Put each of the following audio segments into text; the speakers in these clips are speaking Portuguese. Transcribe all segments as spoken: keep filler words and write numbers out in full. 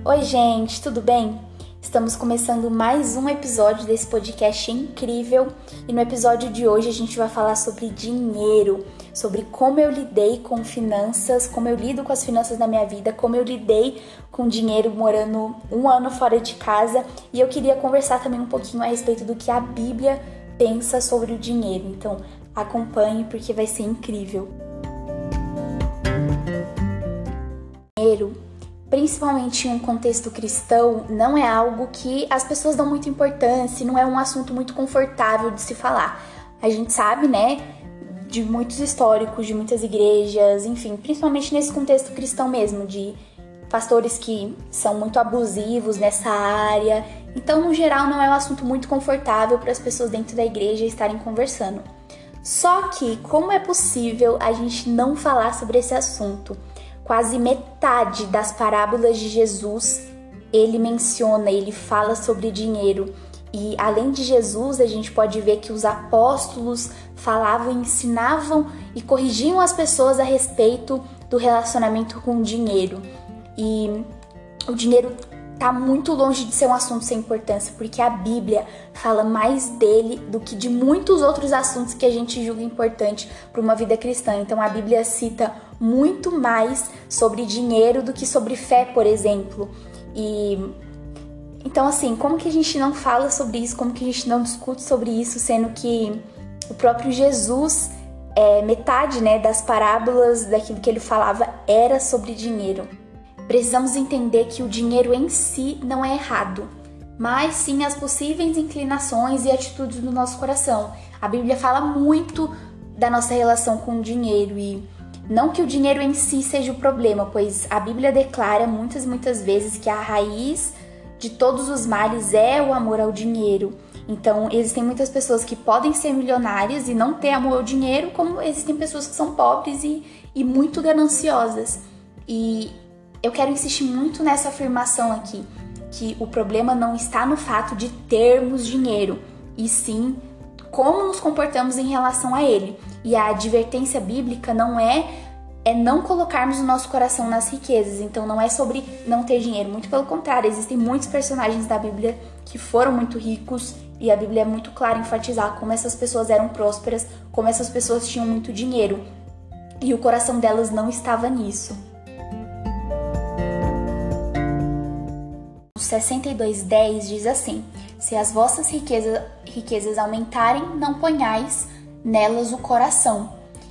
Oi gente, tudo bem? Estamos começando mais um episódio desse podcast incrível e no episódio de hoje a gente vai falar sobre dinheiro, sobre como eu lidei com finanças, como eu lido com as finanças na minha vida, como eu lidei com dinheiro morando um ano fora de casa e eu queria conversar também um pouquinho a respeito do que a Bíblia pensa sobre o dinheiro, então acompanhe porque vai ser incrível. Dinheiro, principalmente em um contexto cristão, não é algo que as pessoas dão muita importância, não é um assunto muito confortável de se falar. A gente sabe, né, de muitos históricos, de muitas igrejas, enfim, principalmente nesse contexto cristão mesmo, de pastores que são muito abusivos nessa área. Então, no geral, não é um assunto muito confortável para as pessoas dentro da igreja estarem conversando. Só que, como é possível a gente não falar sobre esse assunto? Quase metade das parábolas de Jesus, ele menciona, ele fala sobre dinheiro. E além de Jesus, a gente pode ver que os apóstolos falavam, ensinavam e corrigiam as pessoas a respeito do relacionamento com o dinheiro. E o dinheiro está muito longe de ser um assunto sem importância, porque a Bíblia fala mais dele do que de muitos outros assuntos que a gente julga importante para uma vida cristã. Então a Bíblia cita muito mais sobre dinheiro do que sobre fé, por exemplo. E então assim, como que a gente não fala sobre isso, como que a gente não discute sobre isso, sendo que o próprio Jesus, é, metade, né, das parábolas daquilo que ele falava era sobre dinheiro. Precisamos entender que o dinheiro em si não é errado, mas sim as possíveis inclinações e atitudes do nosso coração. A Bíblia fala muito da nossa relação com o dinheiro e não que o dinheiro em si seja o problema, pois a Bíblia declara muitas e muitas vezes que a raiz de todos os males é o amor ao dinheiro. Então, existem muitas pessoas que podem ser milionárias e não ter amor ao dinheiro, como existem pessoas que são pobres e, e muito gananciosas. E eu quero insistir muito nessa afirmação aqui, que o problema não está no fato de termos dinheiro, e sim como nos comportamos em relação a ele. E a advertência bíblica não é, é não colocarmos o nosso coração nas riquezas, então não é sobre não ter dinheiro, muito pelo contrário, existem muitos personagens da Bíblia que foram muito ricos, e a Bíblia é muito clara em enfatizar como essas pessoas eram prósperas, como essas pessoas tinham muito dinheiro, e o coração delas não estava nisso. sessenta e dois, dez diz assim: se as vossas riquezas, riquezas aumentarem, não ponhais nelas o coração.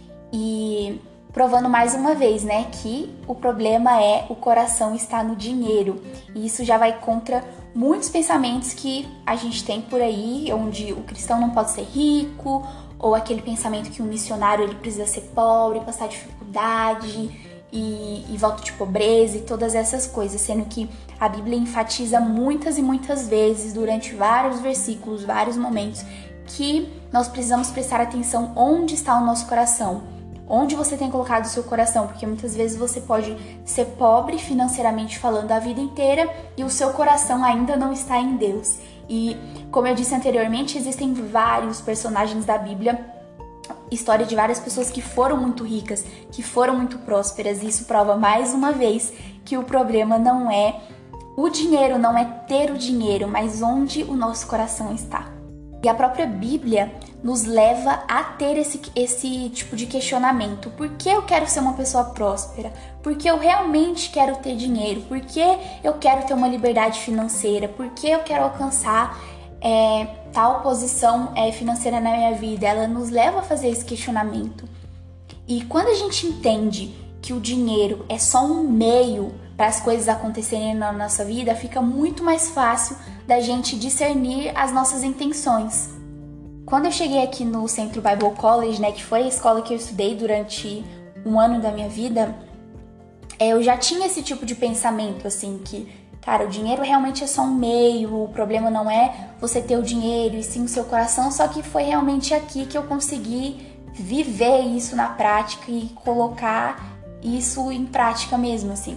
E provando mais uma vez, né, que o problema é o coração estar no dinheiro. E isso já vai contra muitos pensamentos que a gente tem por aí, onde o cristão não pode ser rico, ou aquele pensamento que um missionário ele precisa ser pobre, passar dificuldade e, e voto de pobreza e todas essas coisas, sendo que a Bíblia enfatiza muitas e muitas vezes, durante vários versículos, vários momentos, que nós precisamos prestar atenção onde está o nosso coração, onde você tem colocado o seu coração, porque muitas vezes você pode ser pobre financeiramente falando a vida inteira e o seu coração ainda não está em Deus. E como eu disse anteriormente, existem vários personagens da Bíblia, história de várias pessoas que foram muito ricas, que foram muito prósperas, e isso prova mais uma vez que o problema não é o dinheiro, não é ter o dinheiro, mas onde o nosso coração está. E a própria Bíblia nos leva a ter esse, esse tipo de questionamento. Por que eu quero ser uma pessoa próspera? Por que eu realmente quero ter dinheiro? Por que eu quero ter uma liberdade financeira? Por que eu quero alcançar é, tal posição é, financeira na minha vida? Ela nos leva a fazer esse questionamento. E quando a gente entende que o dinheiro é só um meio para as coisas acontecerem na nossa vida, fica muito mais fácil da gente discernir as nossas intenções. Quando eu cheguei aqui no Centro Bible College, né, que foi a escola que eu estudei durante um ano da minha vida, eu já tinha esse tipo de pensamento, assim, que, cara, o dinheiro realmente é só um meio, o problema não é você ter o dinheiro e sim o seu coração, só que foi realmente aqui que eu consegui viver isso na prática e colocar isso em prática mesmo, assim.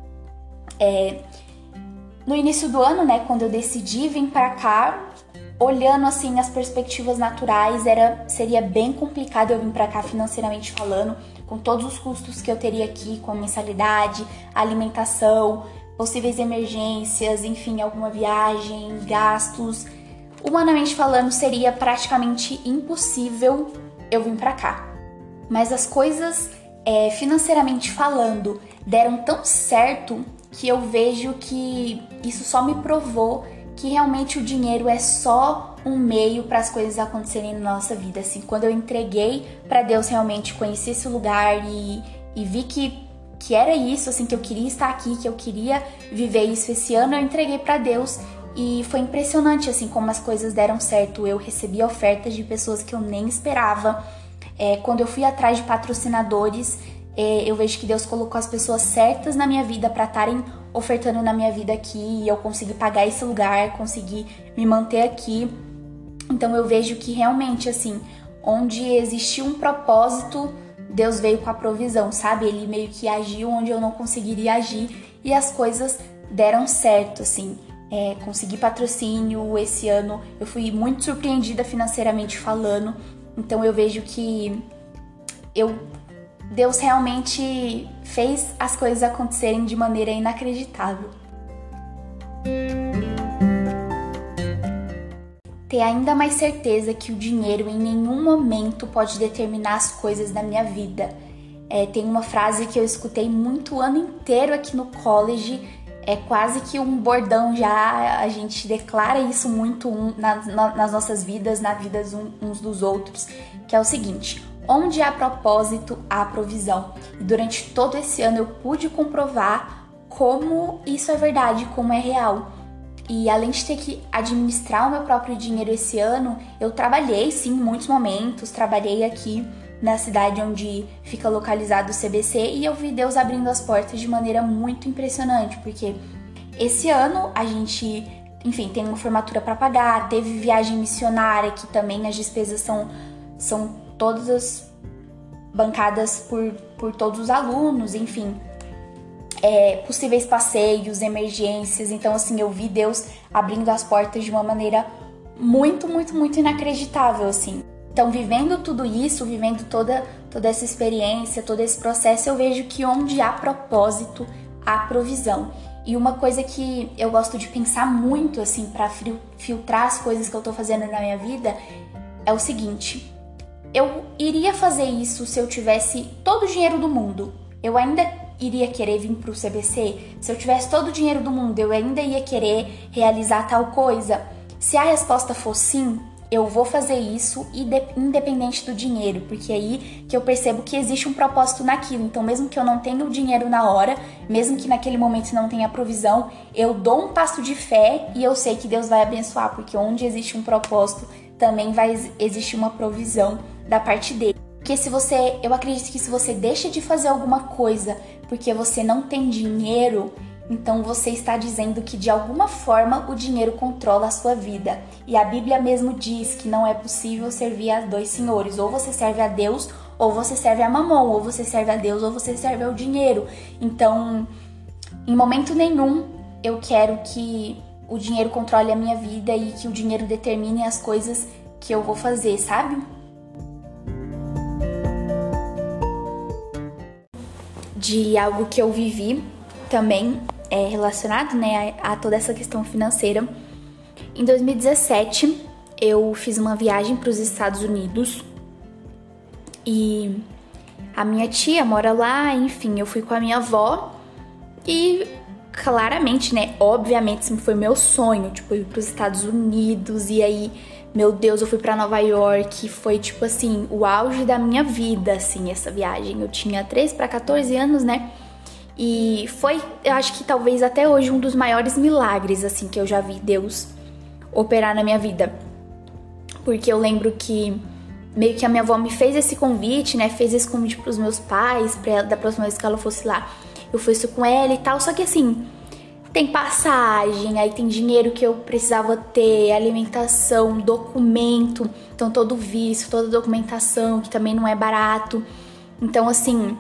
É, no início do ano, né, quando eu decidi vir pra cá, olhando assim as perspectivas naturais, era, seria bem complicado eu vir pra cá financeiramente falando, com todos os custos que eu teria aqui, com a mensalidade, alimentação, possíveis emergências, enfim, alguma viagem, gastos. Humanamente falando, seria praticamente impossível eu vir pra cá. Mas as coisas, é, financeiramente falando, deram tão certo que eu vejo que isso só me provou que realmente o dinheiro é só um meio para as coisas acontecerem na nossa vida. Assim, quando eu entreguei para Deus, realmente conheci esse lugar e, e vi que, que era isso, assim, que eu queria estar aqui, que eu queria viver isso esse ano, eu entreguei para Deus e foi impressionante, assim, como as coisas deram certo. Eu recebi ofertas de pessoas que eu nem esperava. É, quando eu fui atrás de patrocinadores, é, eu vejo que Deus colocou as pessoas certas na minha vida para estarem ofertando na minha vida aqui, e eu consegui pagar esse lugar, consegui me manter aqui. Então eu vejo que realmente, assim, onde existia um propósito, Deus veio com a provisão, sabe? Ele meio que agiu onde eu não conseguiria agir e as coisas deram certo, assim. É, consegui patrocínio esse ano, eu fui muito surpreendida financeiramente falando. Então eu vejo que eu, Deus realmente fez as coisas acontecerem de maneira inacreditável. Ter ainda mais certeza que o dinheiro em nenhum momento pode determinar as coisas da minha vida. É, tem uma frase que eu escutei muito o ano inteiro aqui no college, é quase que um bordão já, a gente declara isso muito um, na, na, nas nossas vidas, nas vidas um, uns dos outros, que é o seguinte: onde há propósito, há provisão. E durante todo esse ano eu pude comprovar como isso é verdade, como é real. E além de ter que administrar o meu próprio dinheiro esse ano, eu trabalhei sim em muitos momentos, trabalhei aqui na cidade onde fica localizado o C B C e eu vi Deus abrindo as portas de maneira muito impressionante, porque esse ano a gente, enfim, tem uma formatura para pagar, teve viagem missionária que também as despesas são, são todas bancadas por, por todos os alunos, enfim. É, possíveis passeios, emergências. Então, assim, eu vi Deus abrindo as portas de uma maneira muito, muito, muito inacreditável, assim. Então, vivendo tudo isso, vivendo toda, toda essa experiência, todo esse processo, eu vejo que onde há propósito, há provisão. E uma coisa que eu gosto de pensar muito, assim, para filtrar as coisas que eu tô fazendo na minha vida, é o seguinte: eu iria fazer isso se eu tivesse todo o dinheiro do mundo. Eu ainda iria querer vir pro C B C? Se eu tivesse todo o dinheiro do mundo, eu ainda ia querer realizar tal coisa? Se a resposta for sim, eu vou fazer isso independente do dinheiro, porque é aí que eu percebo que existe um propósito naquilo. Então, mesmo que eu não tenha o dinheiro na hora, mesmo que naquele momento não tenha provisão, eu dou um passo de fé e eu sei que Deus vai abençoar, porque onde existe um propósito, também vai existir uma provisão da parte dele. Porque se você, eu acredito que se você deixa de fazer alguma coisa porque você não tem dinheiro, então você está dizendo que de alguma forma o dinheiro controla a sua vida. E a Bíblia mesmo diz que não é possível servir a dois senhores. Ou você serve a Deus, ou você serve a Mamon. Ou você serve a Deus, ou você serve ao dinheiro. Então, em momento nenhum, eu quero que o dinheiro controle a minha vida e que o dinheiro determine as coisas que eu vou fazer, sabe? De algo que eu vivi também é relacionado, né, a, a toda essa questão financeira. Em dois mil e dezessete, eu fiz uma viagem para os Estados Unidos e a minha tia mora lá, enfim, eu fui com a minha avó e claramente, né, obviamente, sempre foi meu sonho, tipo, ir para os Estados Unidos. E aí, meu Deus, eu fui para Nova York, foi tipo assim, o auge da minha vida, assim, essa viagem. Eu tinha treze para quatorze anos, né? E foi, eu acho que talvez até hoje, um dos maiores milagres, assim, que eu já vi Deus operar na minha vida. Porque eu lembro que meio que a minha avó me fez esse convite, né? Fez esse convite pros meus pais, pra ela, da próxima vez que ela fosse lá, eu fui isso com ela e tal. Só que assim, tem passagem, aí tem dinheiro que eu precisava ter, alimentação, documento, então todo visto, toda documentação, que também não é barato. Então, assim,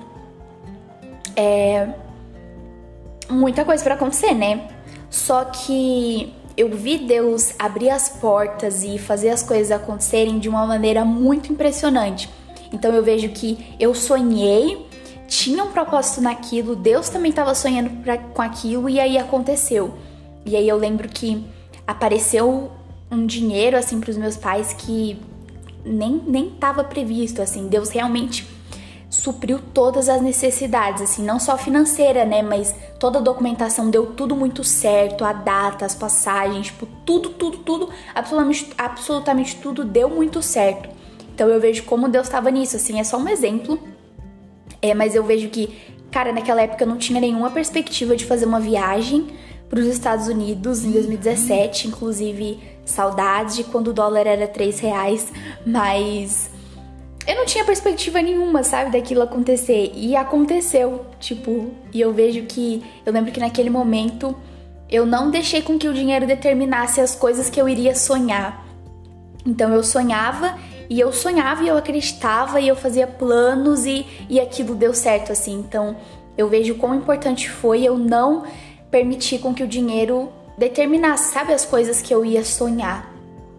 é muita coisa pra acontecer, né? Só que eu vi Deus abrir as portas e fazer as coisas acontecerem de uma maneira muito impressionante. Então eu vejo que eu sonhei, tinha um propósito naquilo, Deus também estava sonhando pra, com aquilo, e aí aconteceu. E aí eu lembro que apareceu um dinheiro, assim, pros meus pais que nem, nem tava previsto, assim. Deus realmente supriu todas as necessidades, assim, não só financeira, né, mas toda a documentação deu tudo muito certo, a data, as passagens, tipo, tudo, tudo, tudo, absolutamente, absolutamente tudo deu muito certo. Então eu vejo como Deus estava nisso, assim, é só um exemplo, é, mas eu vejo que, cara, naquela época eu não tinha nenhuma perspectiva de fazer uma viagem para os Estados Unidos em dois mil e dezessete, inclusive saudades de quando o dólar era três reais, mas eu não tinha perspectiva nenhuma, sabe, daquilo acontecer. E aconteceu, tipo, e eu vejo que, eu lembro que naquele momento eu não deixei com que o dinheiro determinasse as coisas que eu iria sonhar. Então eu sonhava, e eu sonhava e eu acreditava, e eu fazia planos, e, e aquilo deu certo, assim. Então eu vejo quão importante foi eu não permitir com que o dinheiro determinasse, sabe, as coisas que eu ia sonhar.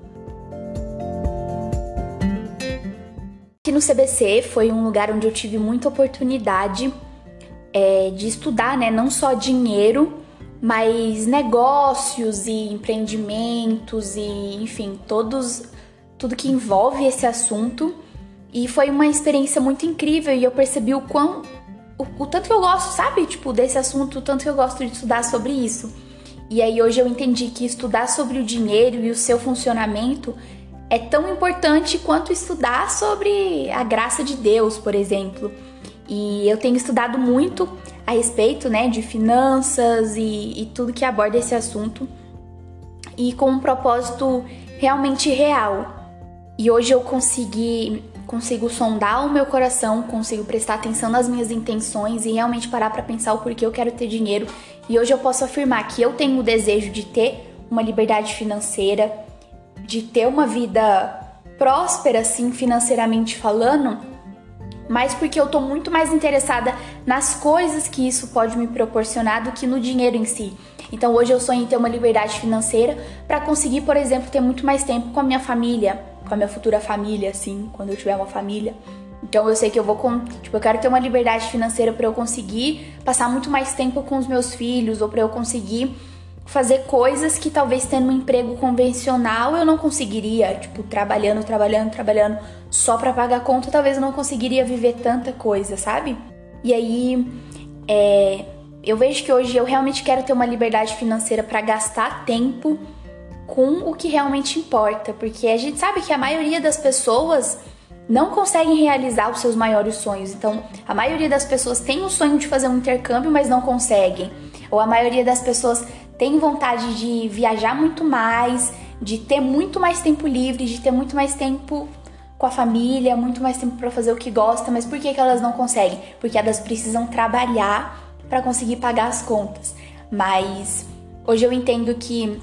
Aqui no C B C foi um lugar onde eu tive muita oportunidade é, de estudar, né? Não só dinheiro, mas negócios e empreendimentos e, enfim, todos, tudo que envolve esse assunto. E foi uma experiência muito incrível e eu percebi o quão, o, o tanto que eu gosto, sabe? Tipo, desse assunto, o tanto que eu gosto de estudar sobre isso. E aí hoje eu entendi que estudar sobre o dinheiro e o seu funcionamento é tão importante quanto estudar sobre a graça de Deus, por exemplo. E eu tenho estudado muito a respeito, né, de finanças e, e tudo que aborda esse assunto, e com um propósito realmente real. E hoje eu consegui, consigo sondar o meu coração, consigo prestar atenção nas minhas intenções e realmente parar para pensar o porquê eu quero ter dinheiro. E hoje eu posso afirmar que eu tenho o desejo de ter uma liberdade financeira, de ter uma vida próspera, assim, financeiramente falando, mas porque eu tô muito mais interessada nas coisas que isso pode me proporcionar do que no dinheiro em si. Então hoje eu sonho em ter uma liberdade financeira para conseguir, por exemplo, ter muito mais tempo com a minha família, com a minha futura família, assim, quando eu tiver uma família. Então eu sei que eu vou, com, tipo, eu quero ter uma liberdade financeira para eu conseguir passar muito mais tempo com os meus filhos, ou para eu conseguir fazer coisas que talvez tendo um emprego convencional eu não conseguiria, tipo, trabalhando, trabalhando, trabalhando só pra pagar conta, talvez eu não conseguiria viver tanta coisa, sabe? E aí, é, eu vejo que hoje eu realmente quero ter uma liberdade financeira pra gastar tempo com o que realmente importa, porque a gente sabe que a maioria das pessoas não conseguem realizar os seus maiores sonhos. Então, a maioria das pessoas tem o sonho de fazer um intercâmbio, mas não conseguem. Ou a maioria das pessoas tem vontade de viajar muito mais, de ter muito mais tempo livre, de ter muito mais tempo com a família, muito mais tempo para fazer o que gosta, mas por que que elas não conseguem? Porque elas precisam trabalhar para conseguir pagar as contas. Mas hoje eu entendo que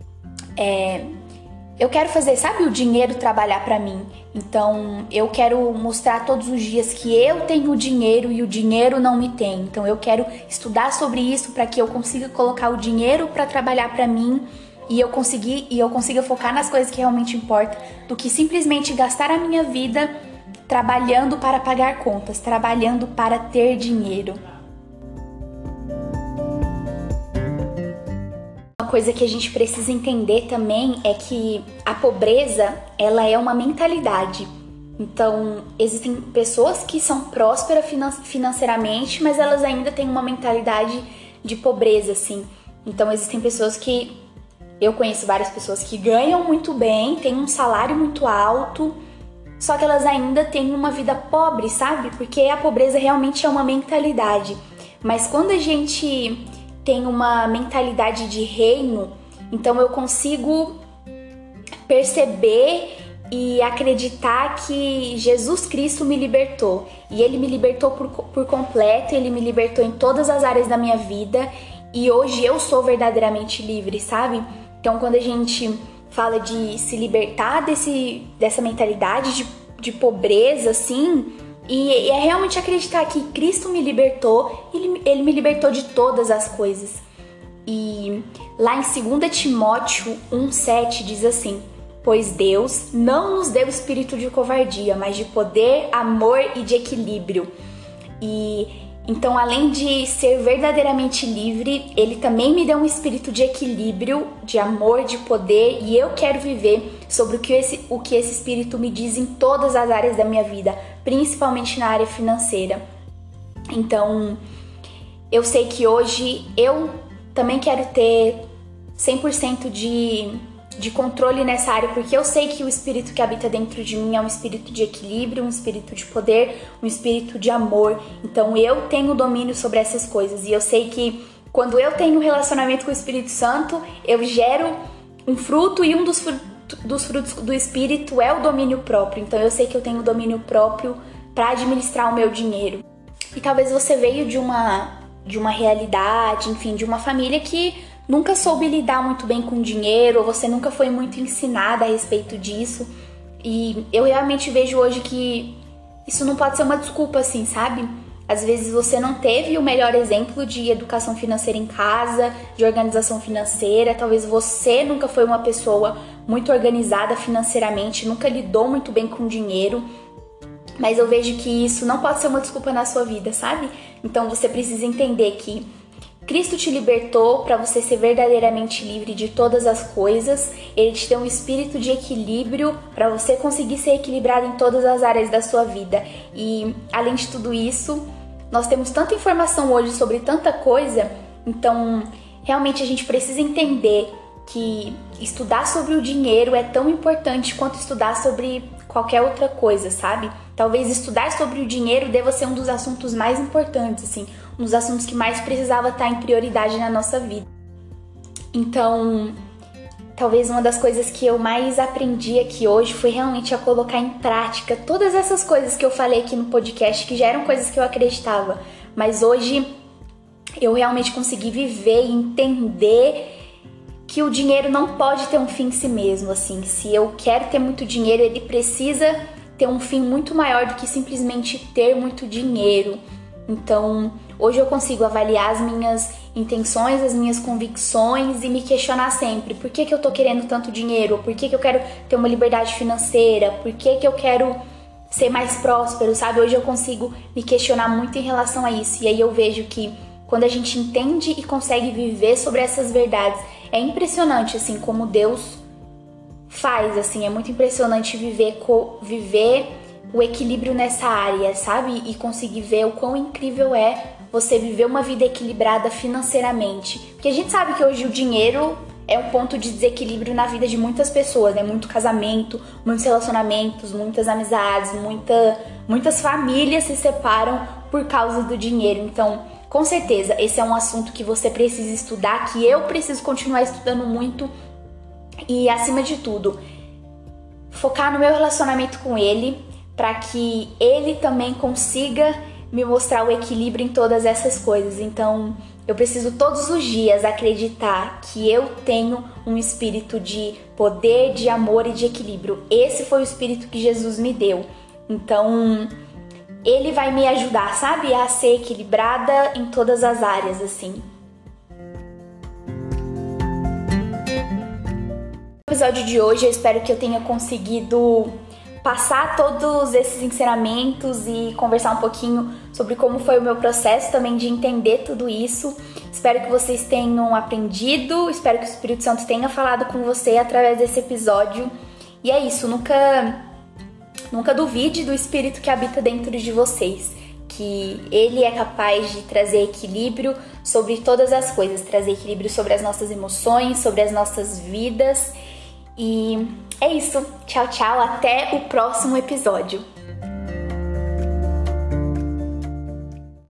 é, eu quero fazer, sabe, o dinheiro trabalhar para mim. Então eu quero mostrar todos os dias que eu tenho dinheiro e o dinheiro não me tem. Então eu quero estudar sobre isso para que eu consiga colocar o dinheiro para trabalhar para mim e eu conseguir e eu consiga focar nas coisas que realmente importam, do que simplesmente gastar a minha vida trabalhando para pagar contas, trabalhando para ter dinheiro. Uma coisa que a gente precisa entender também é que a pobreza, ela é uma mentalidade. Então, existem pessoas que são prósperas financeiramente, mas elas ainda têm uma mentalidade de pobreza, assim. Então, existem pessoas que... Eu conheço várias pessoas que ganham muito bem, têm um salário muito alto, só que elas ainda têm uma vida pobre, sabe? Porque a pobreza realmente é uma mentalidade. Mas quando a gente tem uma mentalidade de reino, então eu consigo perceber e acreditar que Jesus Cristo me libertou. E Ele me libertou por, por completo, Ele me libertou em todas as áreas da minha vida. E hoje eu sou verdadeiramente livre, sabe? Então quando a gente fala de se libertar desse, dessa mentalidade de, de pobreza, assim... E, e é realmente acreditar que Cristo me libertou, ele, ele me libertou de todas as coisas. E lá em segunda Timóteo um, sete diz assim: pois Deus não nos deu espírito de covardia, mas de poder, amor e de equilíbrio. E então, além de ser verdadeiramente livre, ele também me deu um espírito de equilíbrio, de amor, de poder, e eu quero viver sobre o que esse, o que esse espírito me diz em todas as áreas da minha vida, principalmente na área financeira. Então, eu sei que hoje eu também quero ter cem por cento de, de controle nessa área, porque eu sei que o espírito que habita dentro de mim é um espírito de equilíbrio, um espírito de poder, um espírito de amor. Então eu tenho domínio sobre essas coisas, e eu sei que quando eu tenho um relacionamento com o Espírito Santo, eu gero um fruto, e um dos, fru- dos frutos do espírito é o domínio próprio. Então eu sei que eu tenho domínio próprio para administrar o meu dinheiro. E talvez você veio de uma, de uma realidade, enfim, de uma família que nunca soube lidar muito bem com dinheiro, ou você nunca foi muito ensinada a respeito disso. E eu realmente vejo hoje que isso não pode ser uma desculpa, assim, sabe? Às vezes você não teve o melhor exemplo de educação financeira em casa, de organização financeira. Talvez você nunca foi uma pessoa muito organizada financeiramente, nunca lidou muito bem com dinheiro. Mas eu vejo que isso não pode ser uma desculpa na sua vida, sabe? Então você precisa entender que Cristo te libertou para você ser verdadeiramente livre de todas as coisas. Ele te deu um espírito de equilíbrio para você conseguir ser equilibrado em todas as áreas da sua vida. E além de tudo isso, nós temos tanta informação hoje sobre tanta coisa, então realmente a gente precisa entender que estudar sobre o dinheiro é tão importante quanto estudar sobre qualquer outra coisa, sabe? Talvez estudar sobre o dinheiro deva ser um dos assuntos mais importantes, assim, um dos assuntos que mais precisava estar em prioridade na nossa vida. Então, talvez uma das coisas que eu mais aprendi aqui hoje foi realmente a colocar em prática todas essas coisas que eu falei aqui no podcast, que já eram coisas que eu acreditava, mas hoje eu realmente consegui viver e entender que o dinheiro não pode ter um fim em si mesmo, assim. Se eu quero ter muito dinheiro, ele precisa ter um fim muito maior do que simplesmente ter muito dinheiro. Então, hoje eu consigo avaliar as minhas intenções, as minhas convicções e me questionar sempre: por que que eu tô querendo tanto dinheiro? Por que que eu quero ter uma liberdade financeira? Por que que eu quero ser mais próspero, sabe? Hoje eu consigo me questionar muito em relação a isso. E aí eu vejo que quando a gente entende e consegue viver sobre essas verdades, é impressionante, assim, como Deus faz, assim, é muito impressionante viver, co- viver o equilíbrio nessa área, sabe? E conseguir ver o quão incrível é você viver uma vida equilibrada financeiramente. Porque a gente sabe que hoje o dinheiro é um ponto de desequilíbrio na vida de muitas pessoas, né? Muito casamento, muitos relacionamentos, muitas amizades, muita, muitas famílias se separam por causa do dinheiro. Então, com certeza, esse é um assunto que você precisa estudar, que eu preciso continuar estudando muito e, acima de tudo, focar no meu relacionamento com ele, para que ele também consiga me mostrar o equilíbrio em todas essas coisas. Então, eu preciso todos os dias acreditar que eu tenho um espírito de poder, de amor e de equilíbrio. Esse foi o espírito que Jesus me deu. Então, ele vai me ajudar, sabe, a ser equilibrada em todas as áreas, assim. No episódio de hoje, eu espero que eu tenha conseguido passar todos esses ensinamentos e conversar um pouquinho sobre como foi o meu processo também de entender tudo isso. Espero que vocês tenham aprendido, espero que o Espírito Santo tenha falado com você através desse episódio. E é isso, nunca... Nunca duvide do espírito que habita dentro de vocês, que ele é capaz de trazer equilíbrio sobre todas as coisas, trazer equilíbrio sobre as nossas emoções, sobre as nossas vidas. E é isso. Tchau, tchau. Até o próximo episódio.